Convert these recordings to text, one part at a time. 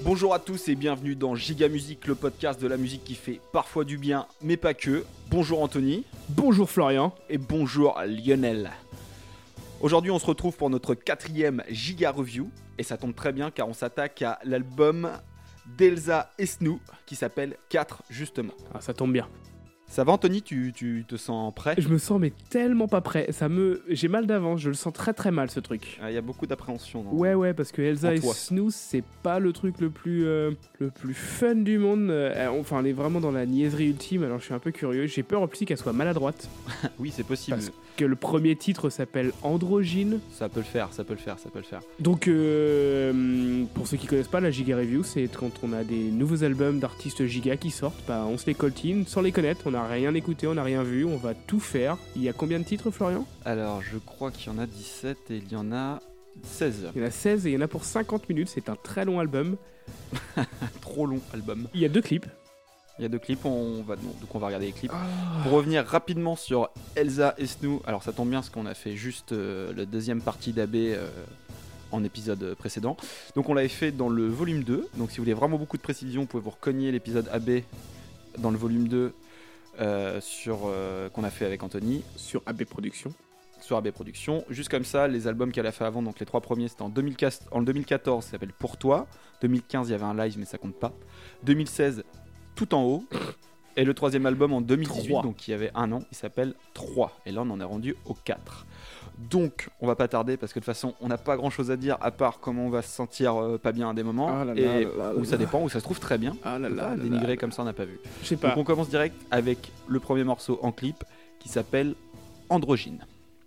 Bonjour à tous et bienvenue dans Giga Musique, le podcast de la musique qui fait parfois du bien, mais pas que. Bonjour Anthony. Bonjour Florian. Et bonjour Lionel. Aujourd'hui on se retrouve pour notre 4e Giga Review. Et ça tombe très bien car on s'attaque à l'album d'Elsa Esnou qui s'appelle 4 justement. Ah, ça tombe bien. Ça va Anthony, tu te sens prêt ? Je me sens mais tellement pas prêt. J'ai mal d'avance, je le sens très très mal ce truc. Il y a beaucoup d'appréhension. Ouais, parce que Elsa Esnou, c'est pas le truc le plus fun du monde. Enfin, elle est vraiment dans la niaiserie ultime, alors je suis un peu curieux. J'ai peur aussi qu'elle soit maladroite. Oui, c'est possible. Parce que le premier titre s'appelle Androgyne. Ça peut le faire. Donc, pour ceux qui connaissent pas, la Giga Review, c'est quand on a des nouveaux albums d'artistes Giga qui sortent, on se les coltine sans les connaître, on n'a rien écouté, on n'a rien vu, on va tout faire. Il y a combien de titres, Florian ? Alors, je crois qu'il y en a 17 et il y en a 16. Il y en a 16 et il y en a pour 50 minutes, c'est un très long album. Trop long album. Il y a 2 clips. Donc on va regarder les clips. Pour revenir rapidement sur Elsa Esnou, alors ça tombe bien parce qu'on a fait juste la deuxième partie d'AB en épisode précédent. Donc on l'avait fait dans le volume 2. Donc si vous voulez vraiment beaucoup de précision, vous pouvez vous recogner l'épisode AB dans le volume 2 qu'on a fait avec Anthony. Sur AB Productions. Juste comme ça, les albums qu'elle a fait avant, donc les 3 premiers, c'était en 2014, ça s'appelle Pour Toi. 2015, il y avait un live, mais ça compte pas. 2016, Tout en haut. Et le 3e album en 2018, 3. donc il y avait un an, il s'appelle 3. Et là, on en est rendu au 4. Donc, on va pas tarder, parce que de toute façon, on n'a pas grand chose à dire, à part comment on va se sentir pas bien à des moments. Où ça dépend, où ça se trouve très bien. Dénigré comme ça, on n'a pas vu. Je sais pas. Donc on commence direct avec le premier morceau en clip, qui s'appelle Androgyne.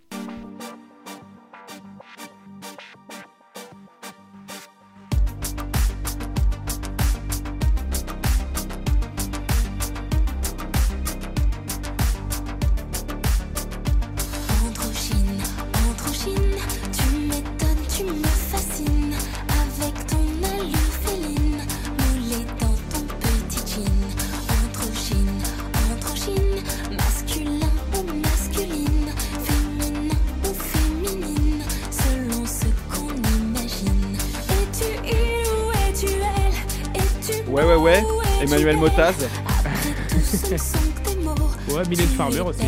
Ouais, Emmanuel Motaz. Ouais, Mylène Farmer aussi.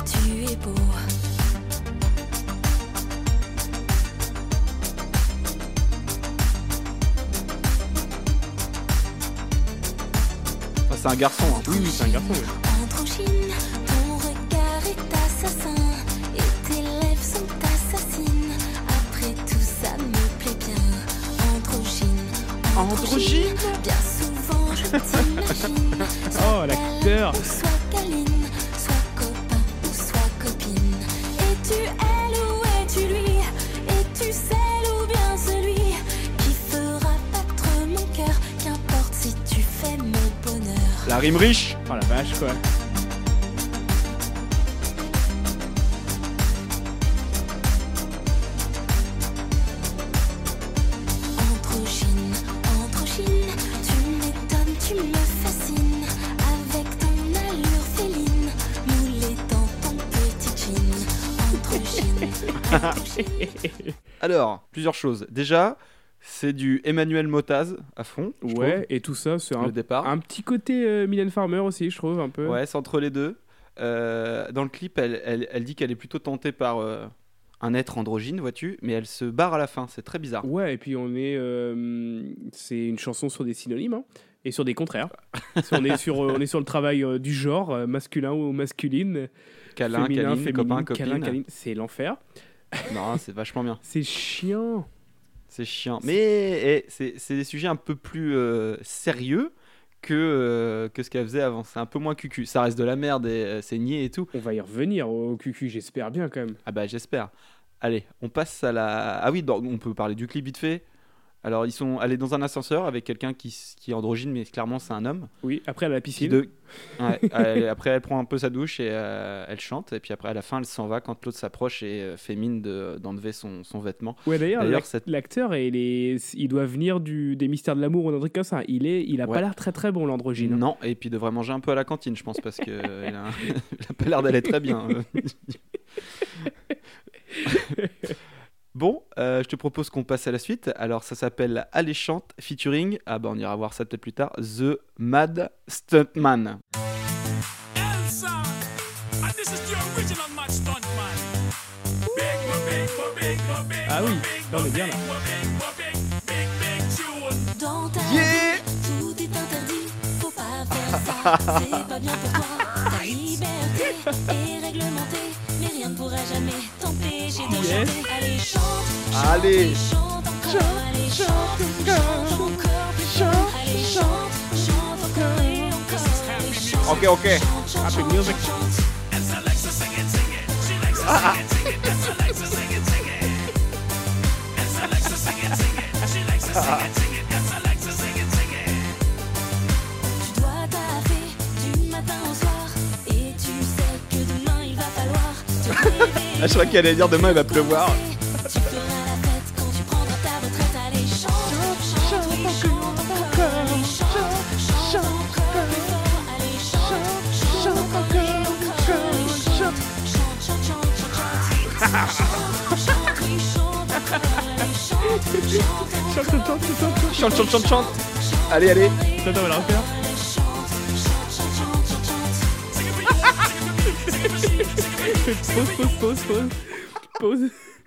C'est un garçon. Hein. Oui, c'est un garçon. Oui. Androgyne. Oh, l'acteur. Soit câline, soit copain ou soit copine. Es-tu elle ou es-tu lui? Es-tu celle ou bien celui qui fera battre mon cœur? Qu'importe si tu fais mon bonheur. La rime riche. Oh la vache quoi. Alors, plusieurs choses. Déjà, c'est du Emmanuel Motaz à fond. Ouais, et tout ça, c'est le départ. Un petit côté Mylène Farmer aussi, je trouve, un peu. Ouais, c'est entre les deux. Dans le clip, elle dit qu'elle est plutôt tentée par un être androgyne, vois-tu, mais elle se barre à la fin, c'est très bizarre. Ouais, et puis c'est une chanson sur des synonymes, hein, et sur des contraires. on est sur le travail du genre, masculin ou masculine. Câlin, câline, copain, copine. Câlin, câline, c'est l'enfer. Non, c'est vachement bien. C'est chiant. Mais c'est des sujets un peu plus sérieux que ce qu'elle faisait avant. C'est un peu moins cucu. Ça reste de la merde et c'est niais et tout. On va y revenir au cucu, j'espère bien quand même. Ah bah j'espère. Allez, on passe à la... Ah oui, on peut parler du clip vite fait. Alors, elle est dans un ascenseur avec quelqu'un qui est androgyne, mais clairement, c'est un homme. Oui, après, elle a la piscine. Après, elle prend un peu sa douche et elle chante. Et puis après, à la fin, elle s'en va quand l'autre s'approche et fait mine d'enlever son vêtement. Ouais, d'ailleurs l'acteur, il doit venir des Mystères de l'amour ou un truc comme ça. Il a pas l'air très très bon, l'androgyne. Non, et puis il devrait manger un peu à la cantine, je pense, parce qu'il a pas l'air d'aller très bien. Bon, je te propose qu'on passe à la suite. Alors, ça s'appelle Alléchante featuring, on ira voir ça peut-être plus tard, The Mad Stuntman. Elsa, and this is the original Mad Stuntman. Big, Ah oui, là, on est bien là. big tune. Dans ta Yeah. vie, tout est interdit. Faut pas faire ça, c'est pas bien pour toi. Ta liberté est réglementée, mais rien ne pourra jamais t'empêcher de Yes. chanter. Allez, chante, Allez. chante encore. Allez, chante encore plus fort. Allez, chante encore et encore. Allez, chante, Ok. chante, Happy chante, music. chante. Elsa likes to sing it. She likes to sing it. Elsa likes to sing it. Elsa likes to sing it. She likes to sing it. Elsa likes to sing it. Tu dois taffer du matin au soir et tu sais que demain il va falloir te réveiller. Ah, je crois qu'elle allait dire demain il va pleuvoir. Tu feras la fête quand tu prendras ta retraite. Allez, chante, chante, oui, chante encore. Allez, chante encore plus fort. Allez, chante encore et encore. Allez, chante, chante, oui, chante encore. Allez, Chante. Allez. Attends, on va la refaire. Pause.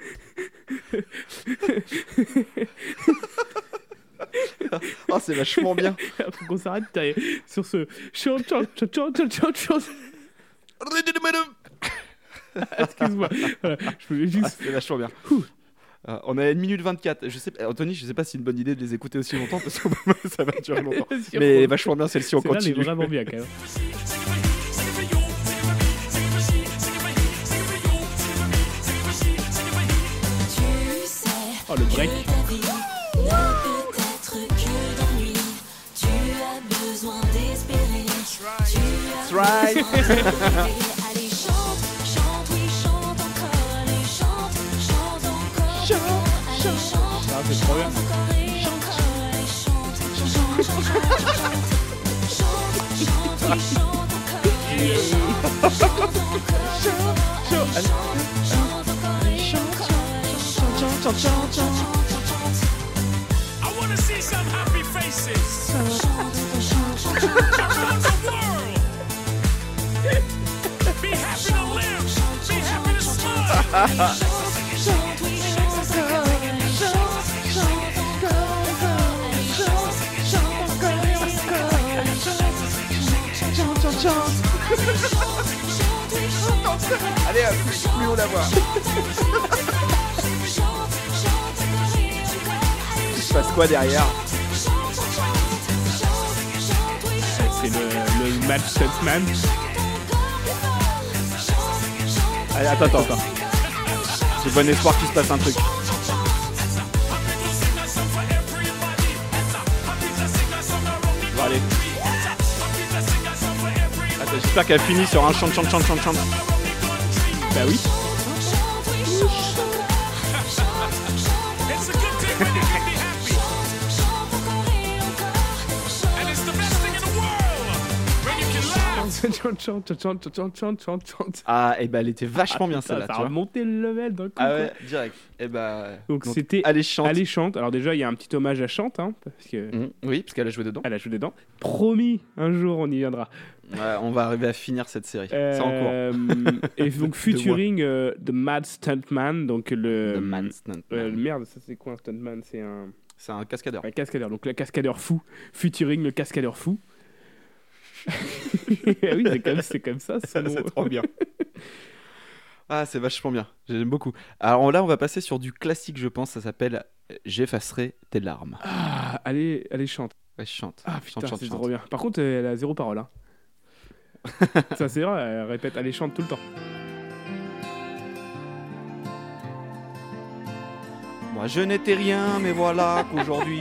Oh, c'est vachement bien. Faut qu'on s'arrête sur ce chante. Excuse-moi. Voilà, je voulais Ah, juste. c'est vachement bien. On a 1 minute 24. Anthony, je sais pas si c'est une bonne idée de les écouter aussi longtemps parce que ça va durer longtemps. Mais vachement bien celle-ci, on Celle-là, elle est continue. vraiment bien quand même. Tu sais Oh, le break. que ta vie ne peut être que d'ennui. Tu as besoin d'espérer. Tu as right. besoin de rêver. Allez, chante, oui, chante encore. Allez, chante encore. Allez, chante, Ah, c'est trop bien. encore et encore. Allez, chante, oui, chante encore. Allez, chante encore I want to see some happy faces around the world. Be happy to live. Be happy to smile. Allez, plus haut la voix. Il se passe quoi derrière? C'est le Mad Stuntman. Allez, attends. J'ai bon espoir qu'il se passe un truc. Bon, allez. Attends, j'espère qu'elle finit sur un chante. Bah oui. It's a good thing when you can be happy. And it's the best thing in the world when you can laugh. Chante. Ah, et bah elle était vachement bien celle-là, Ça tu a vois. remonté le level d'un coup. Ah quoi. ouais, direct. Et bah. Donc c'était Alléchante. Alléchante. Alors déjà, il y a un petit hommage à Chante, hein, parce que Oui, parce qu'elle a joué dedans. elle a joué dedans. Promis, un jour on y viendra. Ouais, on va arriver à finir cette série. C'est en cours. Et donc featuring The Mad Stuntman, donc le The Man Stuntman. merde, ça c'est quoi un stuntman? C'est C'est un cascadeur. un cascadeur. Donc le cascadeur fou, featuring le cascadeur fou. Oui, c'est comme ça. Son nom. C'est trop bien. Ah, c'est vachement bien. J'aime beaucoup. Alors là, on va passer sur du classique, je pense. Ça s'appelle J'effacerai tes larmes. Ah, allez, chante. Ouais, chante. Ah putain, Chante. c'est trop bien. Par contre, elle a zéro parole. Hein. Ça c'est vrai, elle répète, allez, chante tout le temps. Moi, je n'étais rien, mais voilà qu'aujourd'hui.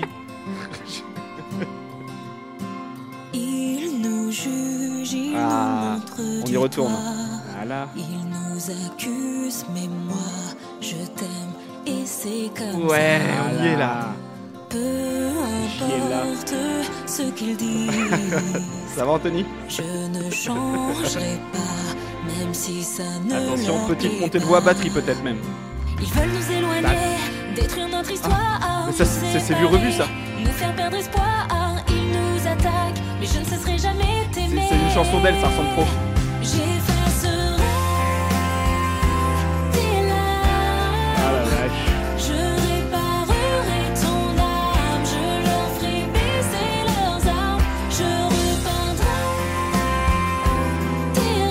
Il nous juge, il Ah, nous montre on y du retourne. doigt. Voilà. Il nous accuse, mais moi, je t'aime et c'est comme Ouais, ça. on y est là. Peu J'y ai là. importe ce qu'il dit, Ça va, Anthony? je ne changerai pas, même si ça ne Attention, leur petite plaît montée de voix, pas. batterie peut-être même. Ils veulent nous éloigner détruire notre histoire. Mais ça, c'est vu revu, ça. Nous faire perdre espoir, ils nous attaquent, mais je ne cesserai jamais t'aimer. C'est une chanson d'elle, ça ressemble trop. J'effacerai tes larmes. Ah la vache. Je réparerai ton âme, je leur ferai baisser leurs armes, je repeindrai tes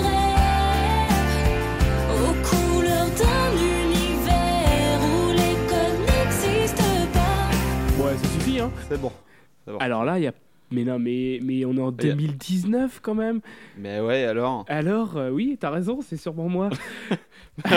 rêves aux couleurs d'un univers où les codes n'existent pas. Ouais, ça suffit, hein. C'est bon. Alors là, il y a. Mais non, mais on est en 2019 quand même. Mais ouais, alors. Alors, oui, t'as raison, c'est sûrement moi. Ça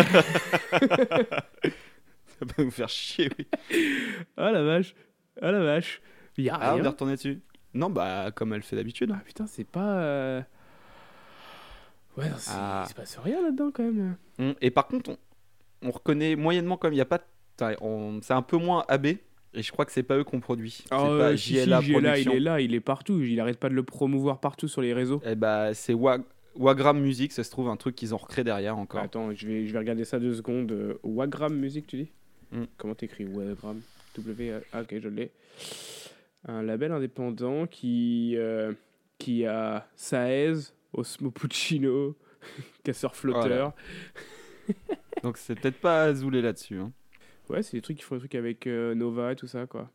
va nous faire chier, oui. Ah la vache. Ah la vache. Il y a Ah, on est rien. retourné dessus. Non, bah, comme elle fait d'habitude. Ah putain, c'est pas. Ouais, non, il se passe rien là-dedans quand même. Et par contre, on reconnaît moyennement comme il n'y a pas. C'est un peu moins AB. Et je crois que c'est pas eux qu'on produit. C'est pas JLA Production. il est là, il est partout. Il arrête pas de le promouvoir partout sur les réseaux. Et bah, c'est Wagram Music, ça se trouve un truc qu'ils ont recréé derrière encore. Attends, je vais regarder ça 2 secondes. Wagram Music, tu dis Mm. Comment t'écris Wagram Ah, ok, je l'ai. Un label indépendant qui a Saez, Osmo Puccino, Casseur Flotteur. Donc c'est peut-être pas Azoulay là-dessus. Hein. Ouais, c'est des trucs qui font des trucs avec Nova et tout ça, quoi.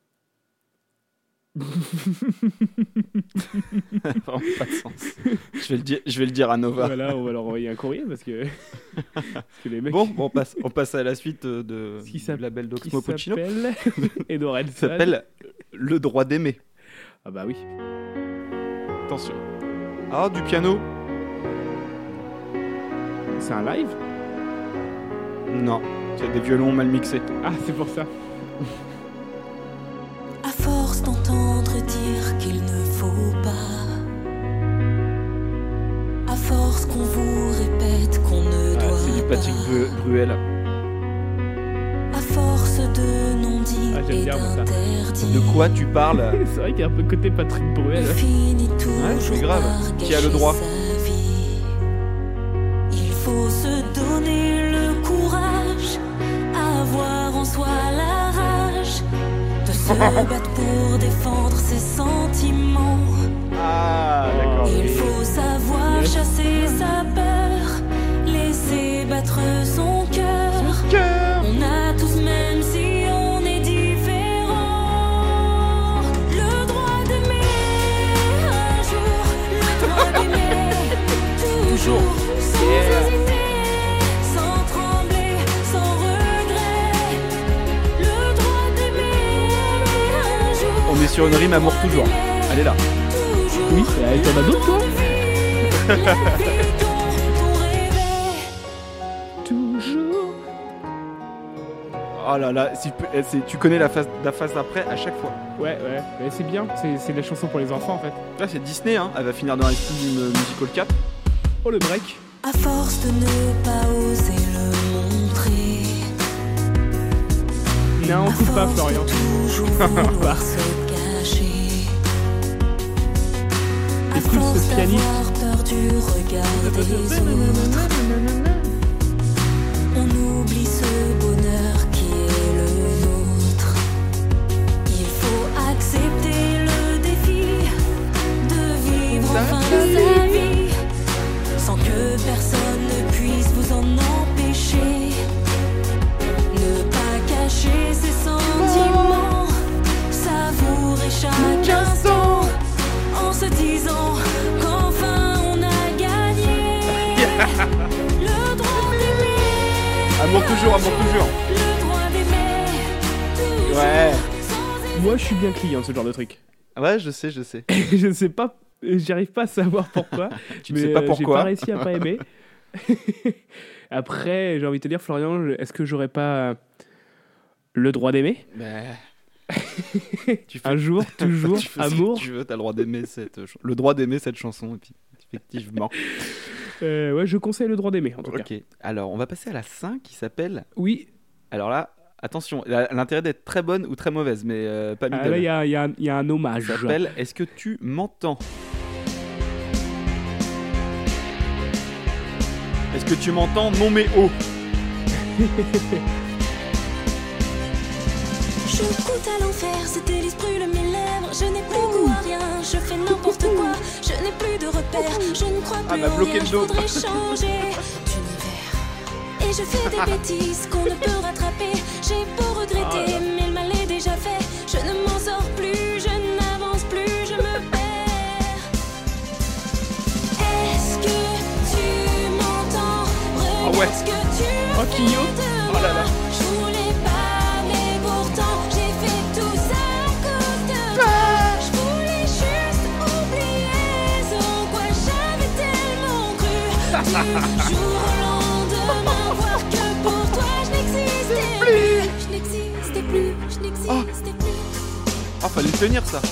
Vraiment pas de sens. Je vais le dire à Nova. Voilà, on va leur envoyer un courrier parce que les mecs. Bon, on passe à la suite du s'appelle- label qui d'Oxmo Puccino. s'appelle Edouard Ça s'appelle Le Droit d'aimer. Ah bah oui. Attention. Ah, du piano. C'est un live. Non, c'est des violons mal mixés. Ah, c'est pour ça. À force d'entendre dire qu'il ne faut pas, à force qu'on vous répète qu'on ne Ah, doit c'est du Patrick pas, Bruel. à force de non-dits Ah, j'aime et bien ça. d'interdits, De quoi tu parles? C'est vrai qu'il y a un peu le côté Patrick on Bruel. finit toujours c'est grave. par Qui a le gâcher droit? sa vie. Il faut se donner le courage, avoir en soi la rage de se battre pour défendre ses sentiments. Ah, d'accord. Il faut savoir Yes. chasser sa peur, laisser battre son cœur. On a tous, même si on est différents, le droit d'aimer un jour, le droit d'aimer toujours, sans hésiter, sans trembler, sans regret. Le droit d'aimer un jour. On est sur une rime amour toujours. Elle est là. Oui, t'en as d'autres, toi Toujours. Oh là là, tu connais la phase d'après à chaque fois. Ouais, mais c'est bien. C'est la chanson pour les enfants en fait. Là, c'est Disney, hein. Elle va finir dans un film Musical 4. Oh le break. À force de ne pas oser le montrer, Non, on à coupe pas, force Florian. de toujours vouloir se cacher, à Écoute ce force pianiste. d'avoir peur du regard des autres, on oublie ce bonheur qui est le nôtre. Il faut accepter le défi de vivre enfin sa vie, sans que personne ne puisse vous en empêcher. Ne pas cacher ses sentiments, savourer chaque instant, en se disant qu'enfin on a gagné. Le droit d'aimer, Amour toujours, amour toujours. le droit d'aimer toujours, Ouais. sans Moi, je suis bien client de ce genre de truc. Ouais, je sais. Je sais pas, j'arrive pas à savoir pourquoi. Tu ne sais pas J'ai pourquoi. pas réussi à pas aimer. Après, j'ai envie de te dire, Florian, est-ce que j'aurais pas le droit d'aimer Mais... Un jour, toujours, tu fais amour. Ce que tu veux, t'as le droit d'aimer le droit d'aimer cette chanson. Et puis, effectivement. Ouais, je conseille le droit d'aimer en tout cas. Ok. Alors, on va passer à la 5 qui s'appelle. Oui, Alors là, attention, elle a l'intérêt d'être très bonne ou très mauvaise, mais pas middle. là, il y a un hommage. Ça s'appelle Est-ce que tu m'entends? Est-ce que tu m'entends? Non mais oh. Je goûte à l'enfer, ces délices brûlent mes lèvres. Je n'ai plus goût à rien, je fais n'importe quoi. Je n'ai plus de repères, je ne crois plus m'a en bloqué rien. le Je dos. voudrais changer d'univers. Et je fais des bêtises qu'on ne peut rattraper. J'ai beau regretter, mais le mal est déjà fait. Je ne m'en sors plus, je n'avance plus, je me perds. Est-ce que tu m'entends? Regarde ouais. ce que tu Oh, fais Kyo. de Oh là là. moi. Je voulais pas, mais pourtant j'ai fait tout ça à cause de toi. Je voulais juste oublier ce en quoi j'avais tellement cru. Du jour au lendemain, voir que pour toi je n'existais plus. Je n'existais plus, je n'existais plus. Ah, fallait le tenir ça.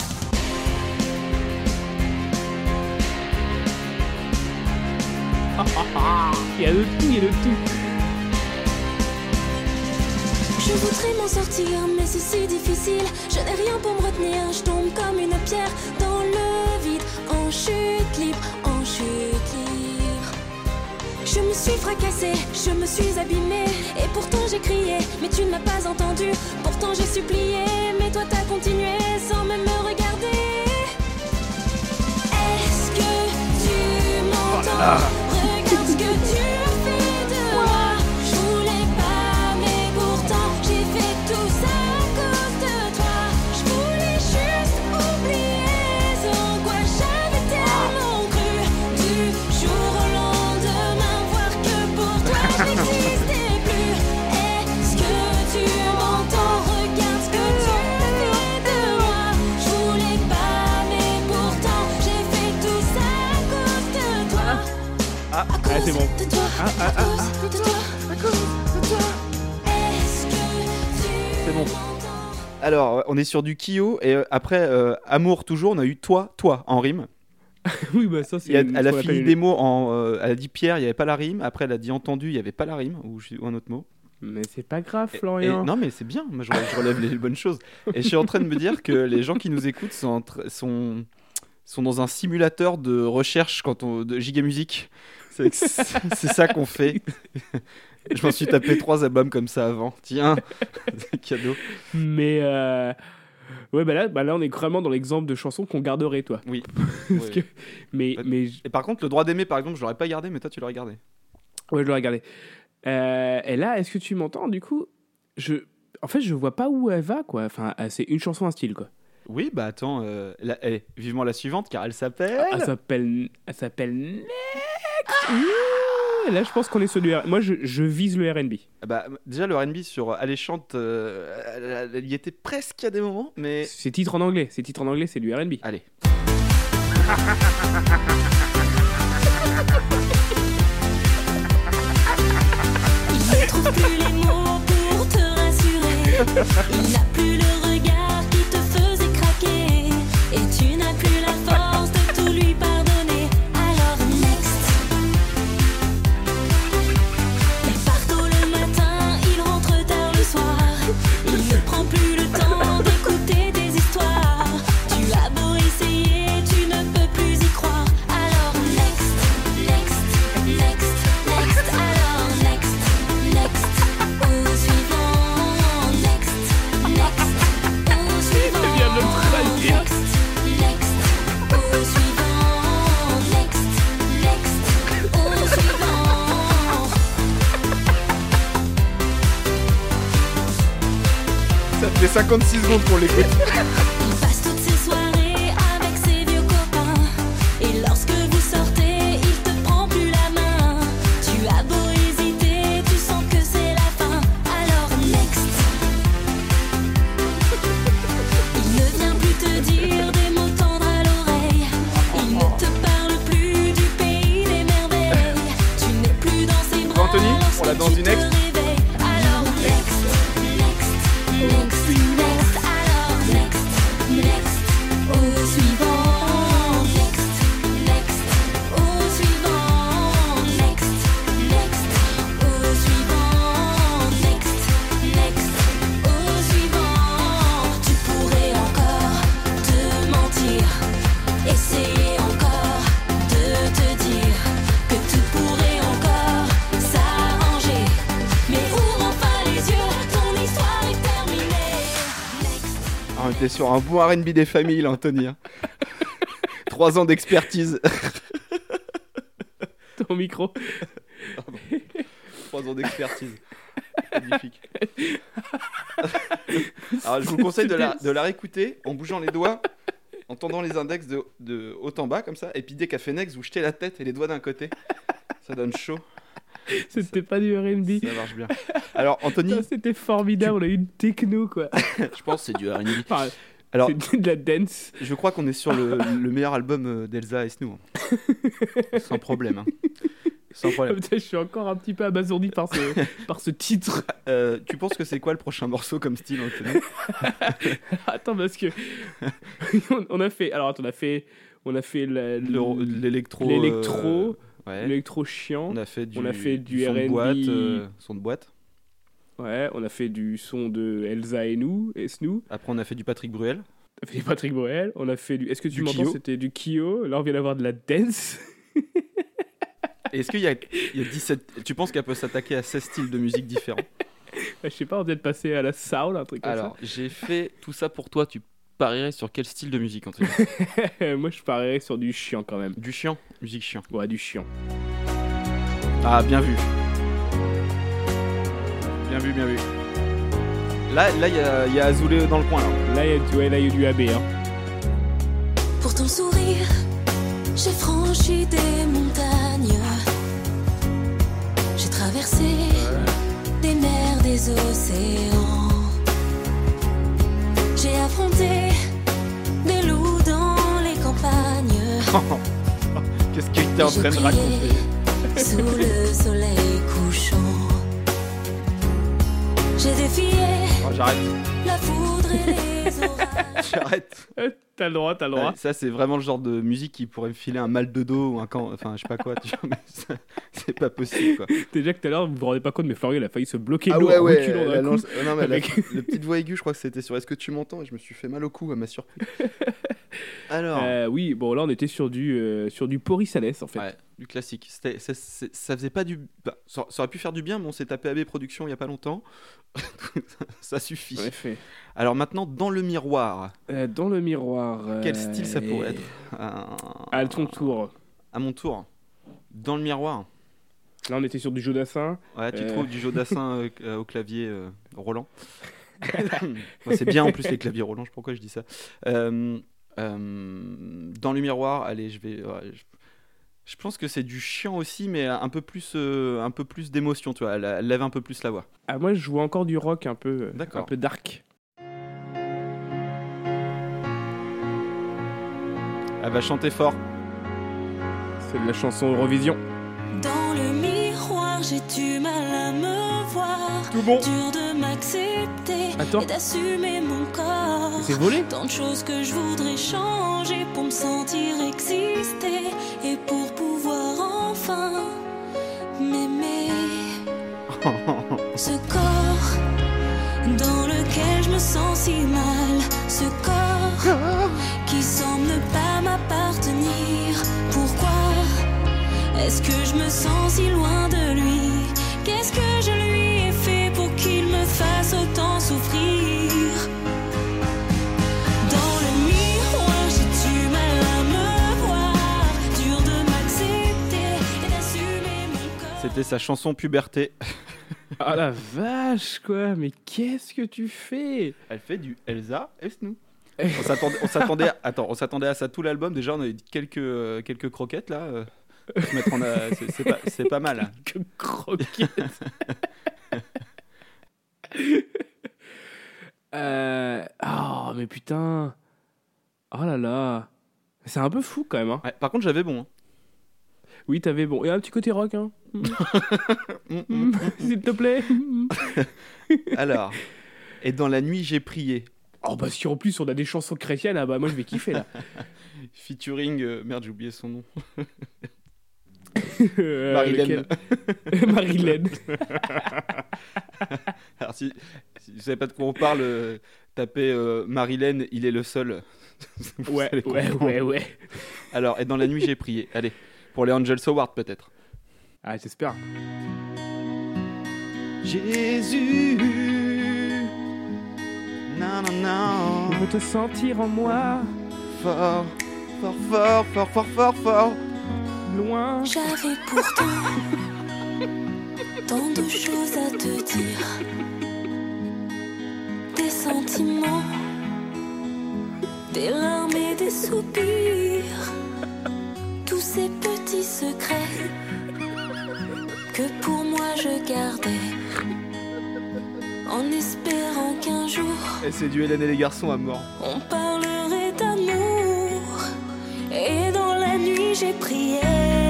Il y a de tout, il y a de tout. Je voudrais m'en sortir, mais c'est si difficile. Je n'ai rien pour me retenir, je tombe comme une pierre dans le vide, en chute libre, en chute libre. Je me suis fracassée, je me suis abîmée, et pourtant j'ai crié, mais tu ne m'as pas entendu. Pourtant j'ai supplié, mais toi t'as continué sans même me regarder. Est-ce que tu m'entends? Regarde ce que tu as fait de moi. Je voulais pas, mais pourtant j'ai fait tout ça à cause de toi. Je voulais juste oublier ce en quoi j'avais tellement cru. Du jour au lendemain, voir que pour toi je n'existais plus. Est-ce que tu m'entends? Regarde ce que tu as fait de moi. Je voulais pas, mais pourtant j'ai fait tout ça à cause de toi. À cause c'est bon. de toi. À cause de toi. À cause de toi. Est-ce que tu C'est bon. m'entends? Alors, on est sur du Kyo et après Amour toujours, on a eu toi en rime. Oui, bah ça, c'est. Elle a ce qu'on fini appelle des mots elle a dit Pierre, il n'y avait pas la rime. Après, elle a dit entendu, il n'y avait pas la rime ou un autre mot. Mais c'est pas grave, Et- Florian. non, mais c'est bien. Moi, je relève les bonnes choses. Et je suis en train de me dire que les gens qui nous écoutent sont dans un simulateur de recherche de Giga Music. C'est ça qu'on fait. Je m'en suis tapé 3 albums comme ça avant. Tiens, c'est cadeau. Mais ouais, bah là, on est vraiment dans l'exemple de chanson qu'on garderait, toi. Oui. Parce Ouais. que... mais Et par contre, le droit d'aimer, par exemple, je l'aurais pas gardé, mais toi, tu l'aurais gardé. ouais, je l'ai regardé. Et là, est-ce que tu m'entends, du coup? En fait, je vois pas où elle va, quoi. Enfin, c'est une chanson, un style, quoi. Oui, bah attends, vivement la suivante, car elle s'appelle... Elle s'appelle Next. Là, je pense qu'on est sur du moi, je vise le R&B. Ah bah, déjà, le R&B sur Alléchante, elle y était presque à des moments, mais... C'est titre en anglais. C'est titre en anglais, c'est du R&B. Allez. Il ne trouve plus les mots pour te rassurer. Il n'a plus le regard qui te faisait craquer. Et tu n'as plus la force de tout lui pardonner. Alors next. Il part tôt le matin, il rentre tard le soir. Il ne prend plus le temps d'écouter des histoires. Tu as beau essayer, tu ne peux plus y croire. Alors next, next, next, next. Alors next, next, au suivant. Next, next, au suivant. Elle vient de le trahir. Next, next, au suivant. Next, next, au suivant. Ça fait 56 secondes qu'on l'écoute. Il passe toutes ses soirées avec ses vieux copains. Et lorsque vous sortez, il te prend plus la main. Tu as beau hésiter, tu sens que c'est la fin. Alors next. Il ne vient plus te dire des mots tendres à l'oreille. Il ne te parle plus du pays des merveilles. Tu n'es plus dans ses bras. Anthony, on l'a lorsque dans tu une te next. réveilles. Alors next, next, next, next. Alors next, t'es sur un bon R&B des familles, là, Anthony. 3 ans d'expertise. Ton micro. 3 ans d'expertise. Magnifique. Alors, je vous conseille de la réécouter en bougeant les doigts, en tendant les index de haut en bas, comme ça. Et puis dès qu'elle fait next, vous jetez la tête et les doigts d'un côté. Ça donne chaud. C'était pas du R&B. Ça marche bien. Alors, Anthony, Putain, c'était formidable, on a eu une techno quoi. je pense que c'est du R&B. Enfin, Alors, c'est de la dance. je crois qu'on est sur le meilleur album d'Elsa et Snow. Sans problème. Sans problème. Putain, je suis encore un petit peu abasourdi par ce titre. Tu penses que c'est quoi le prochain morceau comme style, Anthony? Attends, parce que on a fait. Alors attends, on a fait L'électro. Ouais. l'électro chiant. On a fait du on a fait du son de R&B. boîte. Son de boîte. Ouais, on a fait du son de Elsa et Snow. Après, on a fait du Patrick Bruel. On a fait du Patrick Bruel. On a fait du. Est-ce que tu Du m'entends? Kyo. C'était du Kyo. Là, on vient d'avoir de la dance. Et est-ce qu'il y a 17... Tu penses qu'elle peut s'attaquer à 16 styles de musique différents? Je sais pas, on vient de passer à la soul, un truc comme Alors, j'ai fait tout ça pour toi. Tu parierais sur quel style de musique, Anthony? ça. Moi, je parierais sur du chiant quand même. Du chiant. Musique chiant. Ouais, du chiant. Ah, bien vu. Bien vu, bien vu. Là, il y a Azoulay dans le coin. Là. Là, il y a du AB. Hein. Pour ton sourire, j'ai franchi des montagnes. J'ai traversé des mers, des océans. J'ai affronté des loups dans les campagnes. Qu'est-ce que tu es en J'ai train de prié raconter? sous le soleil couchant. J'ai défié Oh, j'arrête. la foudre et les orages. J'arrête. T'as le droit. Ouais, ça, c'est vraiment le genre de musique qui pourrait me filer un mal de dos ou un camp. Enfin, je sais pas quoi. Tu vois, mais ça, c'est pas possible, quoi. Déjà que tout à l'heure, vous vous rendez pas compte, mais Florian, il a failli se bloquer Ah l'eau ouais, en ouais. reculant d'un coup. Non, mais avec- la petite voix aiguë, je crois que c'était sur Est-ce que tu m'entends? Et je me suis fait mal au cou, elle m'a surpris. Alors. Oui, bon, là, on était sur du Pori Salès, en fait. Ouais, du classique. Ça faisait pas du. Bah, ça aurait pu faire du bien, mais on s'est tapé AB Productions il y a pas longtemps. Ça suffit. En effet. Alors maintenant, dans le miroir, Dans le miroir. quel style ça pourrait être? À ton tour. À mon tour. Dans le miroir. Là, on était sur du Jodassin. Ouais, tu trouves du Jodassin au clavier Roland. Ouais, c'est bien en plus les claviers Roland, je sais pas pourquoi je dis ça. Dans le miroir, allez, je pense que c'est du chiant aussi, mais un peu plus d'émotion, tu vois. Elle lève un peu plus la voix. Ah, moi, je vois encore du rock un peu D'accord. dark. Elle va chanter fort. C'est de la chanson Eurovision. Dans le miroir, j'ai du mal à me voir. Tout bon. Dur de m'accepter Attends. et d'assumer mon corps. C'est volé? Tant de choses que je voudrais changer pour me sentir exister et pour pouvoir enfin m'aimer. Ce corps dans lequel je me sens si mal, ce corps qui semble ne pas m'appartenir. Pourquoi est-ce que je me sens si loin de lui? Qu'est-ce que je lui ai fait pour qu'il me fasse autant souffrir? Dans le miroir, j'ai du mal à me voir, dur de m'accepter et d'assumer mon corps. C'était sa chanson Puberté. Ah la vache, quoi. Mais qu'est-ce que tu fais? Elle fait du Elsa et Snow. On s'attendait à ça tout l'album. Déjà, on avait dit quelques croquettes là. Se mettre c'est pas mal. Hein. Que croquette. Oh, mais putain. Oh là là. C'est un peu fou quand même. Hein. Ouais, par contre, j'avais bon. Hein. Oui, t'avais bon. Il y a un petit côté rock, hein. S'il te plaît. Alors, et dans la nuit, j'ai prié. Oh, bah si en plus on a des chansons chrétiennes, ah bah moi je vais kiffer là. Featuring. Merde, j'ai oublié son nom. Marilyn. Marilyn. Alors, si vous savez pas de quoi on parle, tapez Marilyn, il est le seul. Vous allez comprendre. Ouais. Alors, et dans la nuit, j'ai prié. Allez, pour les Angels Awards peut-être. Ah, j'espère. Jésus. Non, non, non. Je veux te sentir en moi, Fort, fort, fort, fort, fort, fort, fort. loin. J'avais pourtant tant de choses à te dire. Des sentiments, des larmes et des soupirs. Tous ces petits secrets que pour moi je gardais, en espérant qu'un jour Et c'est du Hélène et les garçons à mort. on parlerait d'amour. Et dans la nuit j'ai prié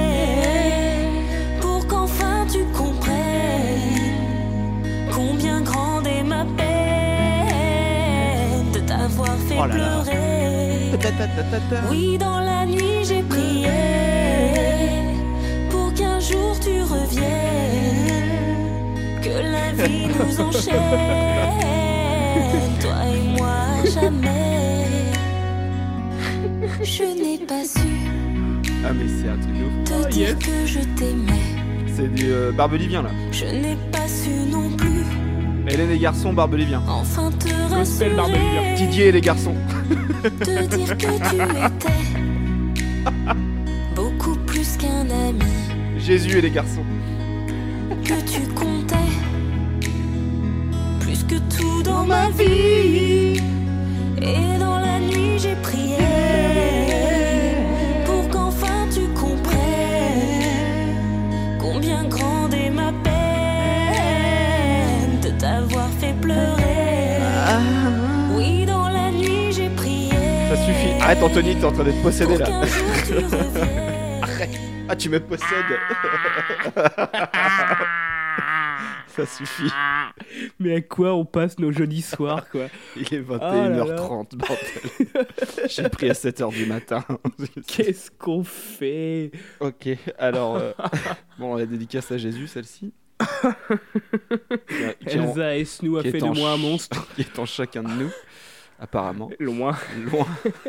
pour qu'enfin tu comprennes combien grande est ma peine de t'avoir fait Oh là là. pleurer. Ta-ta-ta-ta-ta. Oui, dans la nuit j'ai prié pour qu'un jour tu reviennes, que la vie nous enchaîne, toi et moi à jamais. Je n'ai pas su Ah mais c'est un truc de ouf. te Oh, dire yes. que je t'aimais. C'est du Barbelivien là. Je n'ai pas su non plus Hélène et les garçons, Barbelivien. enfin te Gospel Barbelivien. rassurer, Didier et les garçons. te dire que tu étais beaucoup plus qu'un ami. Jésus et les garçons. Que tu comptais plus que tout dans ma vie. Et dans la nuit j'ai prié pour qu'enfin tu comprennes combien grande est ma peine de t'avoir fait pleurer. Oui, dans la nuit j'ai prié Ça suffit. Arrête Anthony, t'es en train d'être possédé pour là. qu'un jour tu reviennes. Ah tu me possèdes. Ça suffit. Mais à quoi on passe nos jeudis soirs, quoi? Il est là 21h30, bordel. J'ai pris à 7h du matin. Qu'est-ce qu'on fait? Ok, alors... bon, la dédicace à Jésus, celle-ci. Qui est en- Elsa Esnou a qui est fait de en moi un ch- monstre. qui est en chacun de nous, apparemment. Loin. Loin.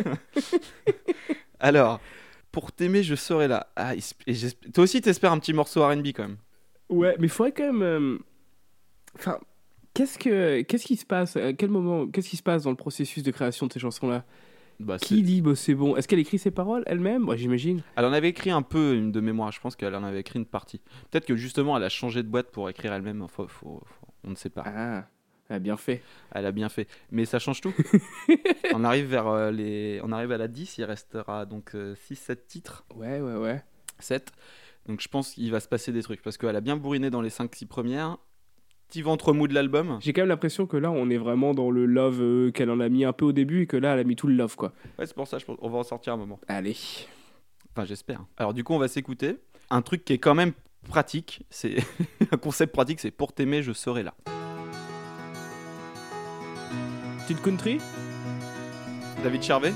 Alors, pour t'aimer, je serai là. Ah, toi aussi, t'espères un petit morceau R&B quand même. Ouais, mais il faudrait quand même. Enfin, qu'est-ce qui se passe? À quel moment? Qu'est-ce qui se passe dans le processus de création de ces chansons-là? Bah, Qui dit bah, c'est bon? Est-ce qu'elle écrit ses paroles elle-même? Ouais, j'imagine. Elle en avait écrit un peu, une de mémoire. Je pense qu'elle en avait écrit une partie. Peut-être que justement, elle a changé de boîte pour écrire elle-même. Enfin, on ne sait pas. Ah, elle a bien fait. Elle a bien fait. Mais ça change tout. On arrive vers on arrive à la 10. Il restera donc 6-7 titres. Ouais. 7. Donc je pense qu'il va se passer des trucs. Parce qu'elle a bien bourriné dans les 5-6 premières. Petit ventre mou de l'album. J'ai quand même l'impression que là, on est vraiment dans le love qu'elle en a mis un peu au début et que là, elle a mis tout le love, quoi. Ouais, c'est pour ça, je pense qu'on va en sortir un moment. Allez. Enfin, j'espère. Alors du coup, on va s'écouter. Un truc qui est quand même pratique. C'est un concept pratique, c'est pour t'aimer, je serai là. Petite country? David Charvet.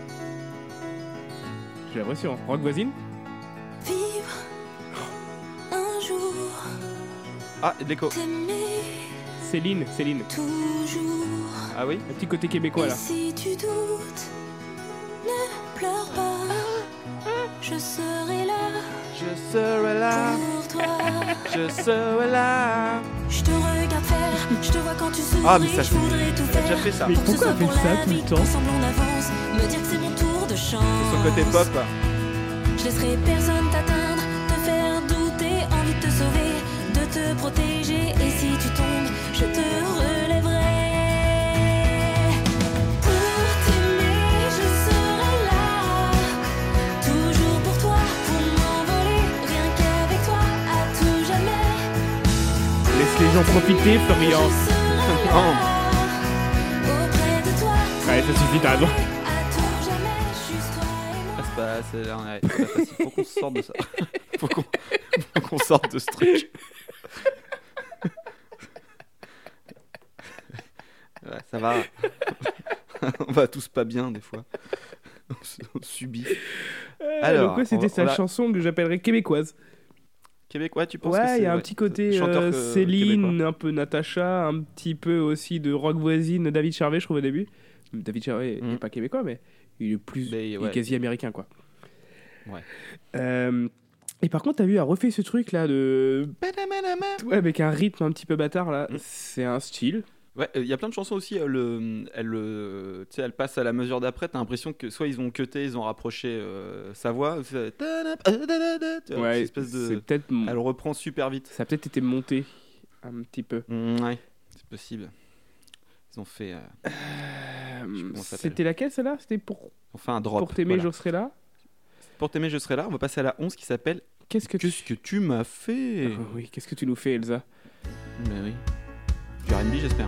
J'ai l'impression. Rock voisine? Vivre un jour, Ah, et de l'écho. t'aimer Céline. toujours. Ah oui. Un petit côté québécois, Et là. si tu doutes, ne pleure pas, je serai là Je serai là. pour toi. Je serai là. Je te regarde faire, je te vois quand tu souris. Ah, mais ça, je voudrais tout Elle a déjà faire. fait ça. Mais Pour que ce pourquoi soit elle pour fait ça la tout le vie, temps? ensemble on avance, me dire que c'est mon tour de chance. Son côté pop. Je laisserai personne t'atteindre, te faire douter, envie de te sauver, de te protéger. Et si tu tombes, je te relèverai. Pour t'aimer, je serai là, toujours pour toi, pour m'envoler, rien qu'avec toi, à tout jamais. Laisse les gens profiter, Florian. Je serai là, auprès de toi. Ouais, ça suffit, t'as raison. À tout jamais, juste toi et moi. Ah, c'est pas facile. Faut qu'on sorte de ça. Faut qu'on sorte de ce truc. Ouais, ça va. On va tous pas bien des fois. On subit. Alors, Donc ouais, c'était sa chanson que j'appellerais québécoise. Québécois, tu penses que Ouais, c'est il y a un petit côté chanteur Céline, québécois. un peu Natacha, un petit peu aussi de rock voisine David Charvet, je trouve au début. David Charvet n'est pas québécois, mais il est plus, Mais, il est ouais. quasi américain, quoi. Ouais. Et par contre, t'as vu, elle a refait ce truc là de. Ouais, avec un rythme un petit peu bâtard là. Mm. C'est un style. Ouais, il y a plein de chansons aussi. Tu sais, elle passe à la mesure d'après. T'as l'impression que soit ils ont cuté, ils ont rapproché sa voix. Ou c'est... tu vois, Ouais, cette espèce de... c'est peut-être. Elle reprend super vite. Ça a peut-être été monté un petit peu. Ouais, c'est possible. Ils ont fait, comment ça s'appelle. C'était laquelle celle-là? C'était ils ont fait un drop. pour t'aimer, voilà. je serai là. Pour t'aimer, je serai là. On va passer à la 11 qui s'appelle Qu'est-ce que Qu'est-ce que tu m'as fait? Ah oui, qu'est-ce que tu nous fais, Elsa? Mais oui. Du R&B, j'espère.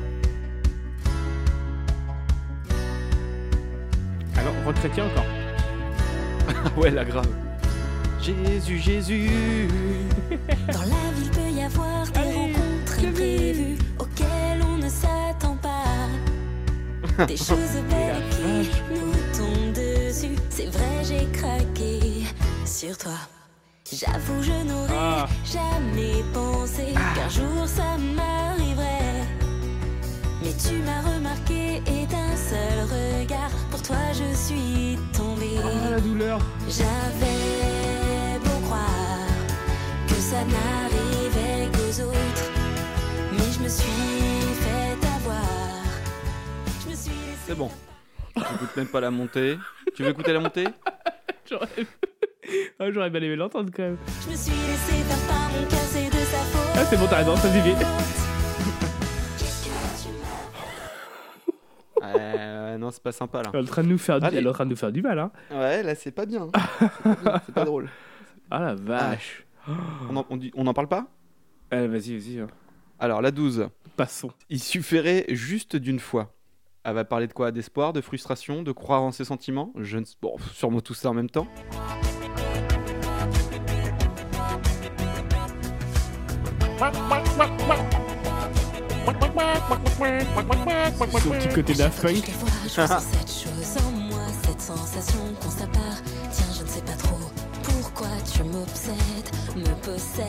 Alors, rock chrétien encore. Ah ouais, la grave. Jésus, Jésus. Dans la ville peut y avoir des Allez, rencontres Jésus. imprévues auxquelles on ne s'attend pas. Des choses belles qui nous tombent dessus. C'est vrai, j'ai craqué sur toi. J'avoue, je n'aurais jamais pensé qu'un jour ça m'arriverait. Mais tu m'as remarqué et d'un seul regard, pour toi je suis tombée. Ah, la douleur. J'avais beau croire que ça n'arrivait qu'aux autres, mais je me suis fait avoir. Je me suis laissée. C'est bon. J'écoute même pas la montée. Tu veux écouter la montée? J'aurais bien aimé l'entendre quand même. Je me suis laissée faire par mon cœur, c'est de sa faute. Ah, c'est bon, t'as raison, ça vite. Qu'est-ce que tu m'as Non, c'est pas sympa là. Elle est en train de nous faire du, Allez. elle est en train de nous faire du mal, hein. Ouais, là, c'est pas bien. C'est pas drôle. Ah la vache. On en parle pas? Vas-y. Hein. Alors, la 12. Passons. Il suffirait juste d'une fois. Elle va parler de quoi? D'espoir, de frustration, de croire en ses sentiments? Je ne... Bon, sûrement tout ça en même temps. Son petit côté Daft Punk. Je ressens cette chose en moi, cette sensation qu'on sépare. Tiens, je ne sais pas trop pourquoi tu m'obsèdes, me possèdes.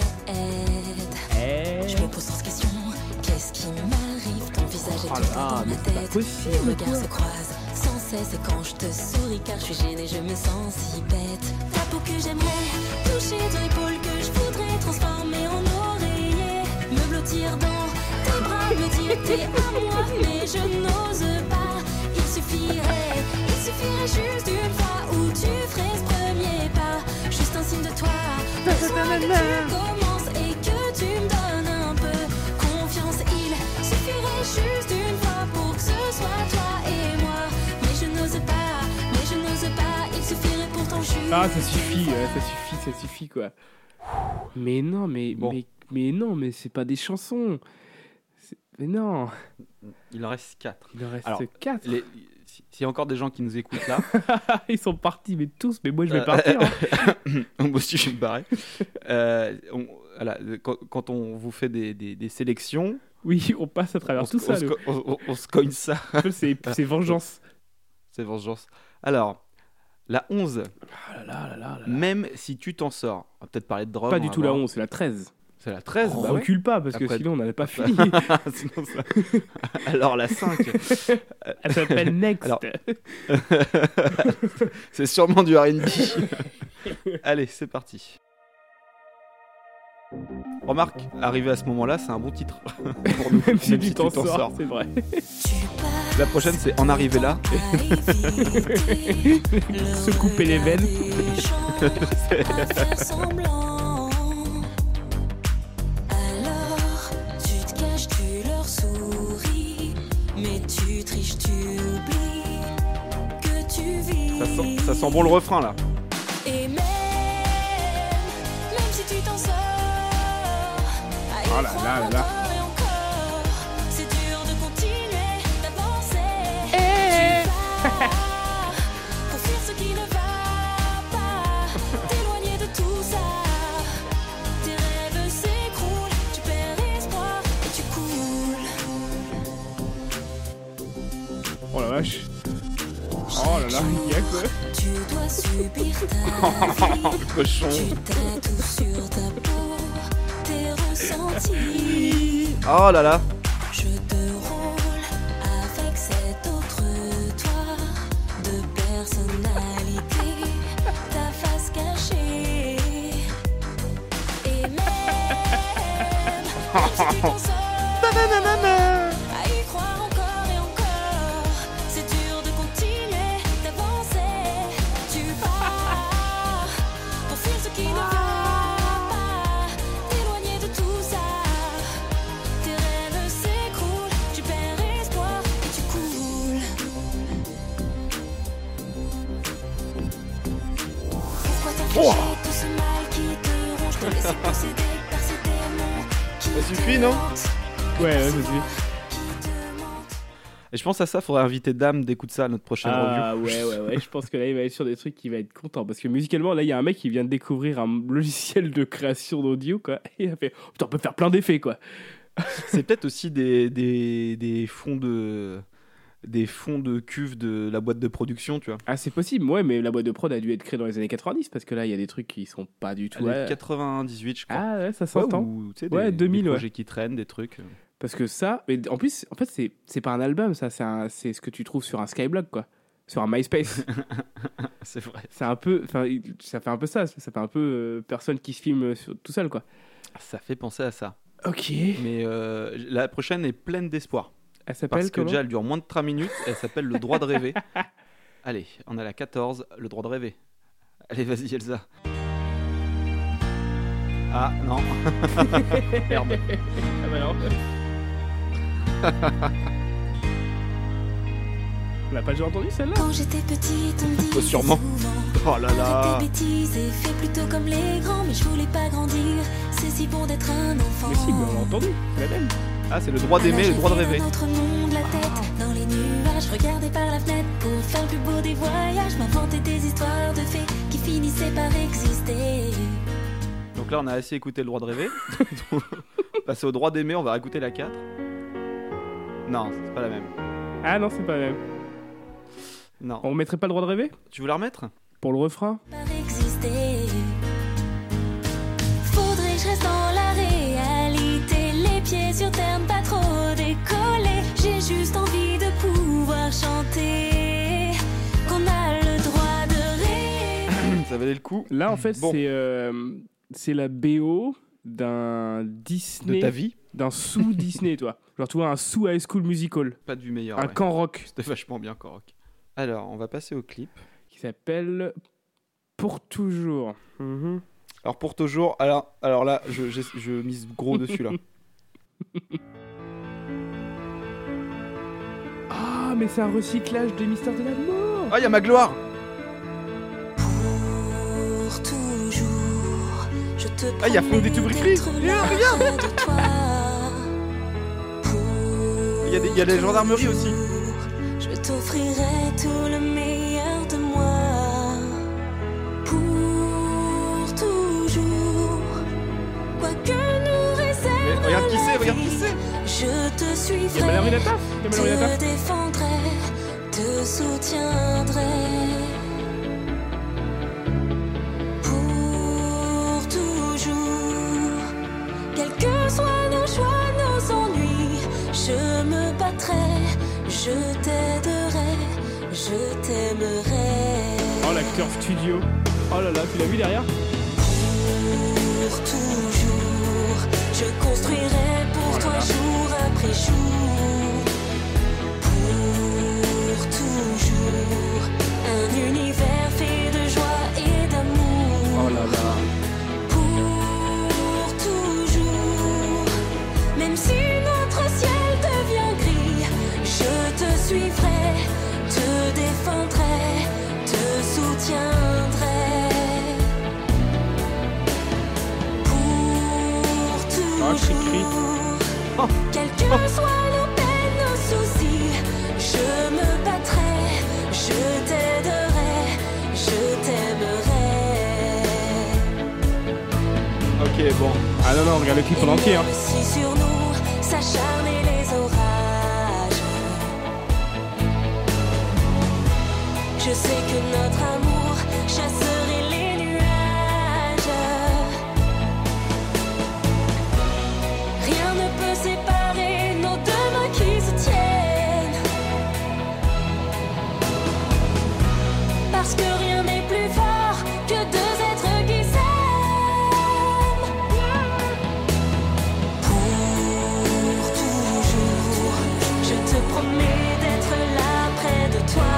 Je me pose 100 questions. Qu'est-ce qui m'arrive? Ton visage est tout le temps dans ma tête. Nos regards se croisent sans cesse et quand je te souris, car je suis gênée, je me sens si bête. Ta peau que j'aimerais toucher, ton épaule que je voudrais transformer en oreiller, me blottir dans tes bras, me dire t'es à moi, mais je n'ose pas. Il suffirait juste d'une fois où tu ferais ce premier pas, juste un signe de toi, besoin que tu commences et que tu me donnes un peu confiance. Il suffirait juste d'une fois pour que ce soit toi et moi, mais je n'ose pas, il suffirait pourtant juste. Ah, ça suffit quoi. Mais non, mais Bon. mais non, mais c'est pas des chansons. Mais non, Il en reste 4. il en reste Alors, 4. S'il y a encore des gens qui nous écoutent là, Ils sont partis, mais tous. Mais moi, je vais partir. Hein. moi aussi je vais me barrer. Voilà, quand on vous fait des sélections, Oui, on passe à travers tout ça. nous. on se cogne ça. C'est vengeance. C'est vengeance. Alors, la 11, Ah là là. même si tu t'en sors, on va peut-être parler de drogue. Pas on du va tout la voir. 11, c'est la 13. C'est la 13, On bah ouais. recule pas parce que Après- sinon on n'avait pas fini. Sinon, ça- Alors la 5, Elle s'appelle Next. Alors- c'est sûrement du R&B. Allez, c'est parti. Remarque, arrivé à ce moment-là, c'est un bon titre pour nous. Même si Même tu t'en sors, c'est vrai. La prochaine, c'est En arriver là. Se couper les veines. Alors, tu te caches, tu leur souris, mais tu triches, tu oublies que tu vis. Ça sent bon le refrain là. Et même si tu t'en sors, à y Oh là là croire là là. encore et encore, c'est dur de continuer d'avancer. Tu vas pour fuir ce qui ne va pas, t'éloigner de tout ça. Tes rêves s'écroulent, tu perds espoir et tu coules. Oh la vache. Oh là là, il y a quoi? Tu dois subir ta vie. Cochon. Tu tatoues sur ta peau tes ressentis. Oh là là. Je te roule avec cet autre toi de personnalité, ta face cachée. Et même si tu t'en sors, à y croire J'ai tout ce mal qui te ronge, te laisser posséder par ces démons qui Ça te suffit, non mentent, Ouais, vas-y. qui te mentent. Et je pense à ça, faudrait inviter Dame d'écouter ça à notre prochaine review. Ah ouais. Je pense que là, il va être sur des trucs qu'il va être content. Parce que musicalement, là, il y a un mec qui vient de découvrir un logiciel de création d'audio, quoi. Et il a fait, putain, on peut faire plein d'effets, quoi. C'est peut-être aussi des fonds de cuve de la boîte de production, tu vois. Ah, c'est possible, ouais, mais la boîte de prod a dû être créée dans les années 90, parce que là, il y a des trucs qui sont pas du tout... Elle est ouais. 98, je crois. Ah ouais, ça Ouais, s'entend. ou, tu sais, Ouais, 2000, des ouais. projets qui traînent, des trucs. Parce que ça, mais en plus, en fait, c'est pas un album, ça, c'est ce que tu trouves sur un Skyblog, quoi. Sur un MySpace. C'est vrai. C'est un peu, enfin, ça fait un peu ça fait un peu personne qui se filme tout seul, quoi. Ça fait penser à ça. Ok. Mais la prochaine est pleine d'espoir. Elle s'appelle Parce que comment déjà, elle dure moins de 3 minutes. Elle s'appelle Le droit de rêver. Allez, on a la 14, Le droit de rêver. Allez, vas-y, Elsa. Ah, non. Merde. Ah bah non. On l'a pas déjà entendu celle-là? Quand j'étais petite, on me disait sûrement. souvent Oh là là. arrête tes bêtises et fais plutôt comme les grands, mais je voulais pas grandir. C'est si bon d'être un enfant. Mais si, mais on l'a entendu, c'est la même. Ah, c'est le droit d'aimer, le droit de rêver. Dans notre monde, la tête dans les nuages, regardais par la fenêtre pour faire le plus beau des voyages, m'inventer des histoires de fées qui finissaient par exister. Donc là, on a assez écouté le droit de rêver. Passer au droit d'aimer, on va écouter la 4. Non, c'est pas la même. Ah non, c'est pas la même. Non. On mettrait pas le droit de rêver? Tu veux la remettre? Pour le refrain? Par exister. Faudrait que je reste dans la réalité, les pieds sur terre, pas trop décoller. J'ai juste envie de pouvoir chanter qu'on a le droit de rêver. Ça valait le coup. Là, en fait, Bon. c'est la BO d'un Disney. De ta vie? D'un sous-Disney, toi. Genre, tu vois, un sous-High School Musical. Pas du meilleur. Un ouais. camp rock. C'était vachement bien, Korok. Alors, on va passer au clip. Qui s'appelle Pour toujours. Mhm. Alors, pour toujours, alors là, je mise gros dessus, là. Ah, mais c'est un recyclage des Mystères de l'amour. Ah, il y a ma gloire! Pour toujours, je te Ah, y a Fondé tout promets Bricri. d'être là Regarde. près de toi. Il y a des gendarmeries aussi. Je t'offrirai tout le meilleur de moi. Pour toujours, quoi que nous réserve Mais regarde qui c'est, la regarde qui vie, c'est. je te Il y a suivrai, Mallory Lataf. Il y a Mallory te Lataf. défendrai, te soutiendrai. Pour toujours, quels que soient nos choix, nos ennuis, je me battrai, je t'aiderai, je t'aimerai. Oh, l'acteur studio. Oh là là, tu l'as vu derrière? Pour toujours, je construirai pour toi jour après jour. Pour toujours, un univers fait de joie et d'amour. Oh là là. Pour toujours, même si notre ciel devient gris, je te suivrai, te défendrai, te soutiendrai. Pour Ah, cri-cri. toujours, quels que soient nos peines, nos soucis, je me battrai, je t'aiderai, je t'aimerai. Ok, bon. Ah non, non, regarde le clip en entier. Hein. Si sur nous s'acharnaient les orages, je sais que notre amour chasserait les nuages. Rien ne peut séparer nos deux mains qui se tiennent, parce que rien n'est plus fort que deux êtres qui s'aiment. Pour toujours, je te promets d'être là près de toi.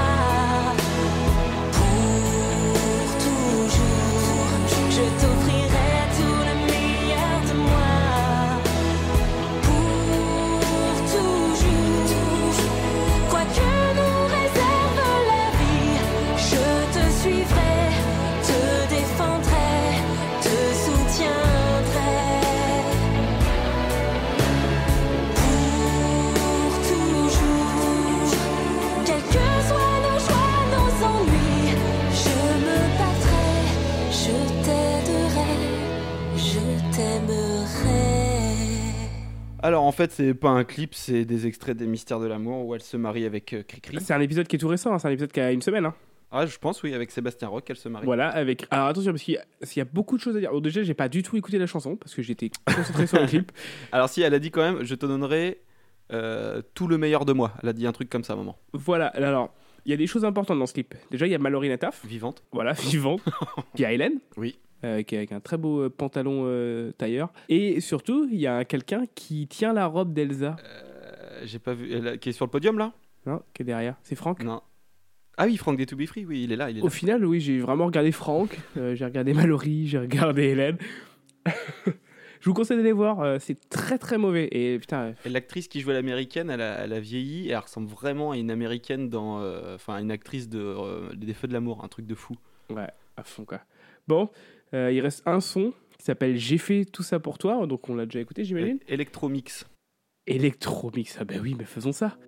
Pour toujours, je t'offrirai tout le meilleur de moi. Pour toujours, quoi que nous réserve la vie, je te suivrai, te défendrai, fait, c'est pas un clip, c'est des extraits des Mystères de l'amour où elle se marie avec Cricri. C'est un épisode qui est tout récent, hein, c'est un épisode qui a une semaine. Hein. Ah, je pense, oui, avec Sébastien Roch, elle se marie. Voilà, avec. Alors attention, parce qu'il y a beaucoup de choses à dire. Alors, déjà, j'ai pas du tout écouté la chanson parce que j'étais concentré sur le clip. Alors, si, elle a dit quand même, je te donnerai tout le meilleur de moi. Elle a dit un truc comme ça à un moment. Voilà, alors, il y a des choses importantes dans ce clip. Déjà, il y a Mallory Nataf, Vivante. voilà, vivante. Il y a Hélène, Oui. qui est avec un très beau pantalon tailleur. Et surtout, il y a quelqu'un qui tient la robe d'Elsa. J'ai pas vu. Qui est sur le podium là? Non, qui est derrière. C'est Franck. Non. Ah oui, Franck des To Be Free, oui, il est là. Au final, oui, j'ai vraiment regardé Franck, j'ai regardé Mallory, j'ai regardé Hélène. Je vous conseille d'aller voir, c'est très très mauvais. Et putain, Et l'actrice qui jouait l'américaine, elle a vieilli et elle ressemble vraiment à une américaine dans. Enfin, une actrice des Feux de l'amour, un truc de fou. ouais, à fond quoi. Bon, il reste un son qui s'appelle J'ai fait tout ça pour toi, donc on l'a déjà écouté, j'imagine. Electromix. Electromix, ah bah oui, mais faisons ça.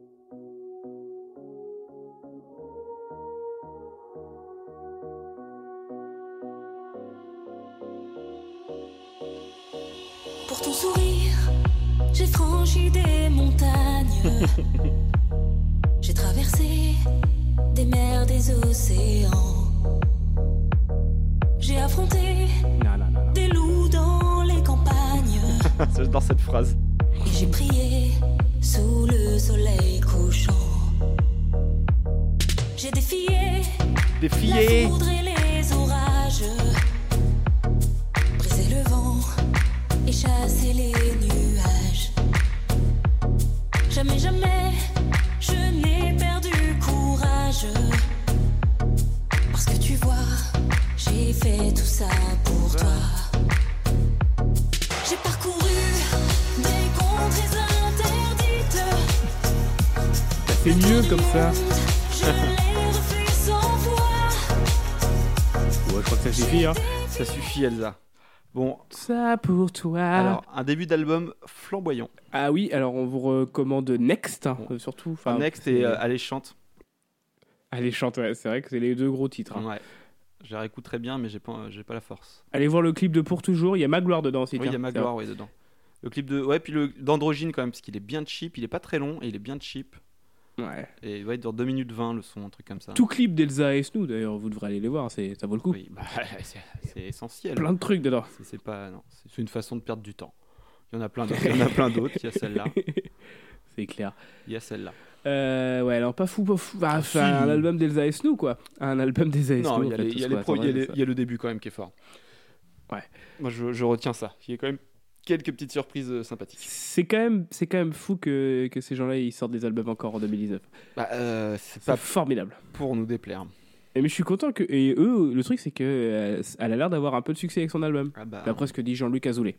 Pour ton sourire, j'ai franchi des montagnes. J'ai traversé des mers, des océans. J'ai affronté Non. des loups dans les campagnes. J'adore cette phrase. Et j'ai prié sous le soleil couchant. J'ai défié Des la filles. foudre et les orages. Brisé le vent et chassé les nuages. Jamais, jamais, je n'ai perdu courage. Parce que tu vois, j'ai fait tout ça pour toi. J'ai parcouru des contrées interdites. C'est mieux comme ça. Je l'ai refait sans voix. Ouais, je crois que ça suffit, hein. Ça suffit, Elsa. Bon, Ça pour toi. alors, un début d'album flamboyant. Ah oui, alors on vous recommande Next, hein, surtout. Enfin, Next c'est- et alléchante. Allez, chante, ouais, c'est vrai que c'est les deux gros titres. Hein. Ouais. Je la réécoute très bien, mais j'ai pas la force. Allez voir le clip de Pour Toujours, il y a Magloire dedans aussi. Oui, il y tiens, a Magloire, ouais, dedans. Le clip de. Ouais, puis d'Androgyne quand même, parce qu'il est bien cheap. Il est pas très long et il est bien cheap. Ouais. Et ouais, il dure 2 minutes 20 le son, un truc comme ça. Tout clip d'Elsa et Snow, d'ailleurs, vous devrez aller les voir, ça vaut le coup. Oui, bah, c'est essentiel. Plein de trucs dedans. C'est pas. Non, c'est une façon de perdre du temps. Il y en a plein d'autres. Il y en a plein d'autres. Il y a celle-là. C'est clair. Il y a celle-là. Ouais, alors pas fou. Bah, Ah, enfin, si. un album d'Elsa et Snow, quoi. Un album d'Elsa et Non, Snow. il y a les- il y a les pro- il y a les- il y a le début quand même qui est fort. Ouais. Moi, je retiens ça. Il y a quand même quelques petites surprises sympathiques. C'est quand même fou que ces gens-là ils sortent des albums encore en 2019. Bah, c'est C'est pas formidable. pour nous déplaire. Et mais je suis content que. Et eux, le truc, c'est que elle a l'air d'avoir un peu de succès avec son album. Ah bah, D'après ce que dit Jean-Luc Azoulay.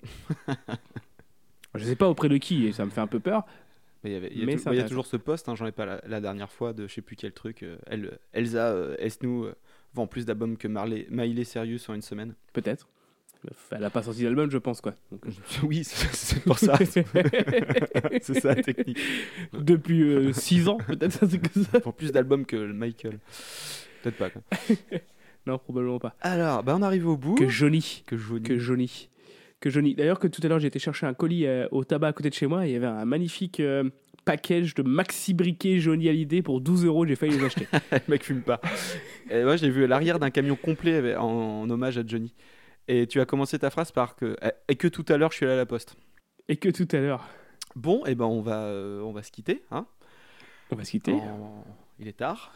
Je sais pas auprès de qui, et ça me fait un peu peur. mais il y a mais c'est il y a intéressant. toujours ce poste, hein, j'en ai pas la dernière fois de je sais plus quel truc. Elsa Esnou vend plus d'albums que Miley Cyrus en une semaine. Peut-être. Elle a pas sorti d'album, je pense, quoi. Donc, Oui, c'est pour ça. C'est ça la technique. Depuis 6 ans, peut-être, ça, c'est que ça. Vend plus d'albums que Michael. Peut-être pas. Quoi. Non, probablement pas. Alors, bah on arrive au bout. Que Johnny. Que Johnny. Que Johnny. D'ailleurs, que tout à l'heure, j'ai été chercher un colis au tabac à côté de chez moi, et il y avait un magnifique package de maxi briquets Johnny Hallyday pour 12 €, j'ai failli les acheter. Le mec fume pas. Et moi, j'ai vu l'arrière d'un camion complet en hommage à Johnny. Et tu as commencé ta phrase par et que tout à l'heure, je suis allé à la poste. Et que tout à l'heure, Bon, et ben on va se quitter. Hein. on va se quitter. Il est tard.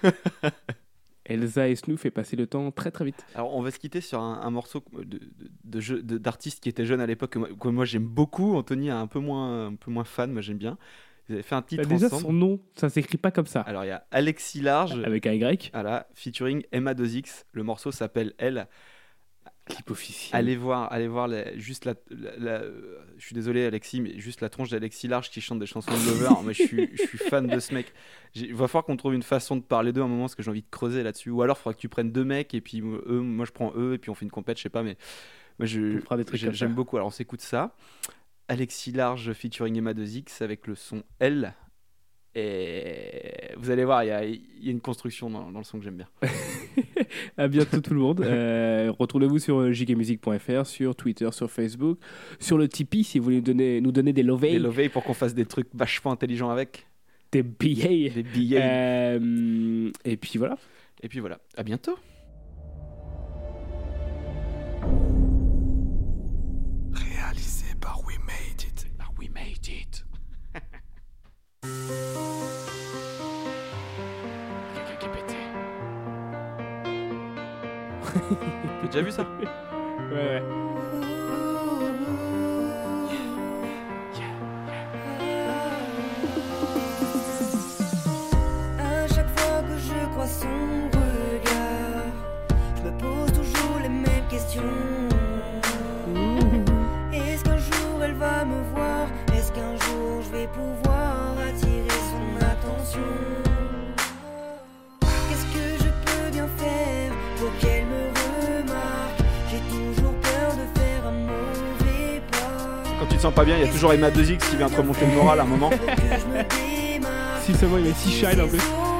Elsa et Snow fait passer le temps très très vite. Alors, on va se quitter sur un morceau d'artiste qui était jeune à l'époque, que moi j'aime beaucoup. Anthony est un peu moins fan, moi j'aime bien. Ils avaient fait un titre Déjà, ensemble. son nom, ça s'écrit pas comme ça. Alors, il y a Alexis Large, Avec un Y. voilà, featuring Emma 2X. Le morceau s'appelle Elle. Clip officiel. Allez voir juste je suis désolé Alexis, mais juste la tronche d'Alexis Large qui chante des chansons de Lover. Moi je suis fan de ce mec. Il va falloir qu'on trouve une façon de parler d'eux à un moment parce que j'ai envie de creuser là-dessus. Ou alors il faudra que tu prennes deux mecs et puis moi je prends eux et puis on fait une compète, je sais pas, mais moi On fera des trucs comme j'aime ça. beaucoup. Alors on s'écoute ça. Alexis Large featuring Emma 2X avec le son Elle. Et vous allez voir, il y a une construction dans le son que j'aime bien. À bientôt tout le monde. Retrouvez-vous sur jkmusic.fr, sur Twitter, sur Facebook, sur le Tipeee si vous voulez nous donner des lovés. Des lovés pour qu'on fasse des trucs vachement intelligents avec. Des billets. Des billets. Et puis voilà. Et puis voilà. À bientôt. Réalisé par We Made It. We made it. Quelqu'un qui est pété. T'as déjà vu ça? Ouais. À chaque fois que je crois son regard, je me pose toujours les mêmes questions. Est-ce qu'un jour elle va me voir? Est-ce qu'un jour je vais pouvoir attirer son attention? Qu'est-ce que je peux bien faire pour qu'elle me remarque? J'ai toujours peur de faire un mauvais pas. Quand tu te sens pas bien, il y a toujours Emma 2X qui vient te remonter le moral à un moment. Que je me démarque. Si seulement il y avait si shine en plus.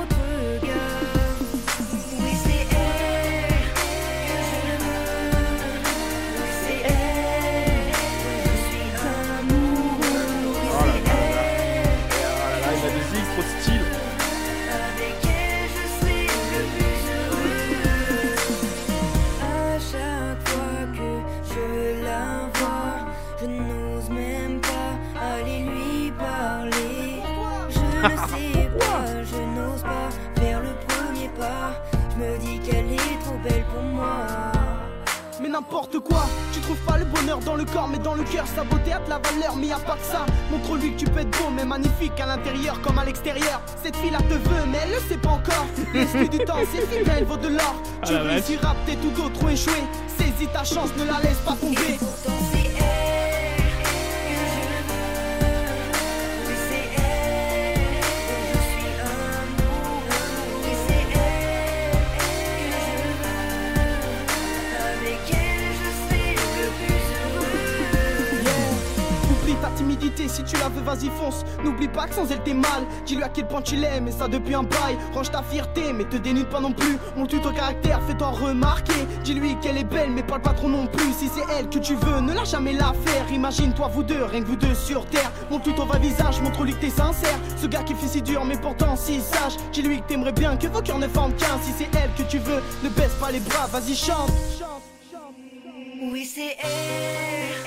Je sais pas, je n'ose pas faire le premier pas. Je me dis qu'elle est trop belle pour moi. Mais n'importe quoi, tu trouves pas le bonheur dans le corps mais dans le cœur. Sa beauté a de la valeur mais y a pas que ça. Montre-lui que tu peux être beau mais magnifique à l'intérieur comme à l'extérieur. Cette fille là te veut mais elle le sait pas encore. Laisse-lui du temps, cette fille elle vaut de l'or. Tu la vache. réussiras peut-être tout d'autres ont échoué. Saisis ta chance, ne la laisse pas tomber. Et pourtant c'est elle que je veux. Oui c'est elle dont je suis amoureux. Oui c'est elle que je veux. Avec elle je serai le plus heureux. Oublie ta timidité, si tu la veux vas-y fonce. N'oublie pas que sans elle t'es mal. Dis-lui à quel point tu l'aimes et ça depuis un bail. Range ta fierté mais te dénude pas non plus. Montre ton caractère, fais-toi remarquer. Dis-lui qu'elle est belle mais parle pas trop non plus. Si c'est elle que tu veux, ne lâche jamais la faire. Imagine-toi vous deux, rien que vous deux sur terre. Montre-lui ton vrai visage, montre-lui que t'es sincère. Ce gars qui fait si dur mais pourtant si sage. Dis-lui que t'aimerais bien que vos cœurs ne forment qu'un. Si c'est elle que tu veux, ne baisse pas les bras, vas-y chante. Oui c'est elle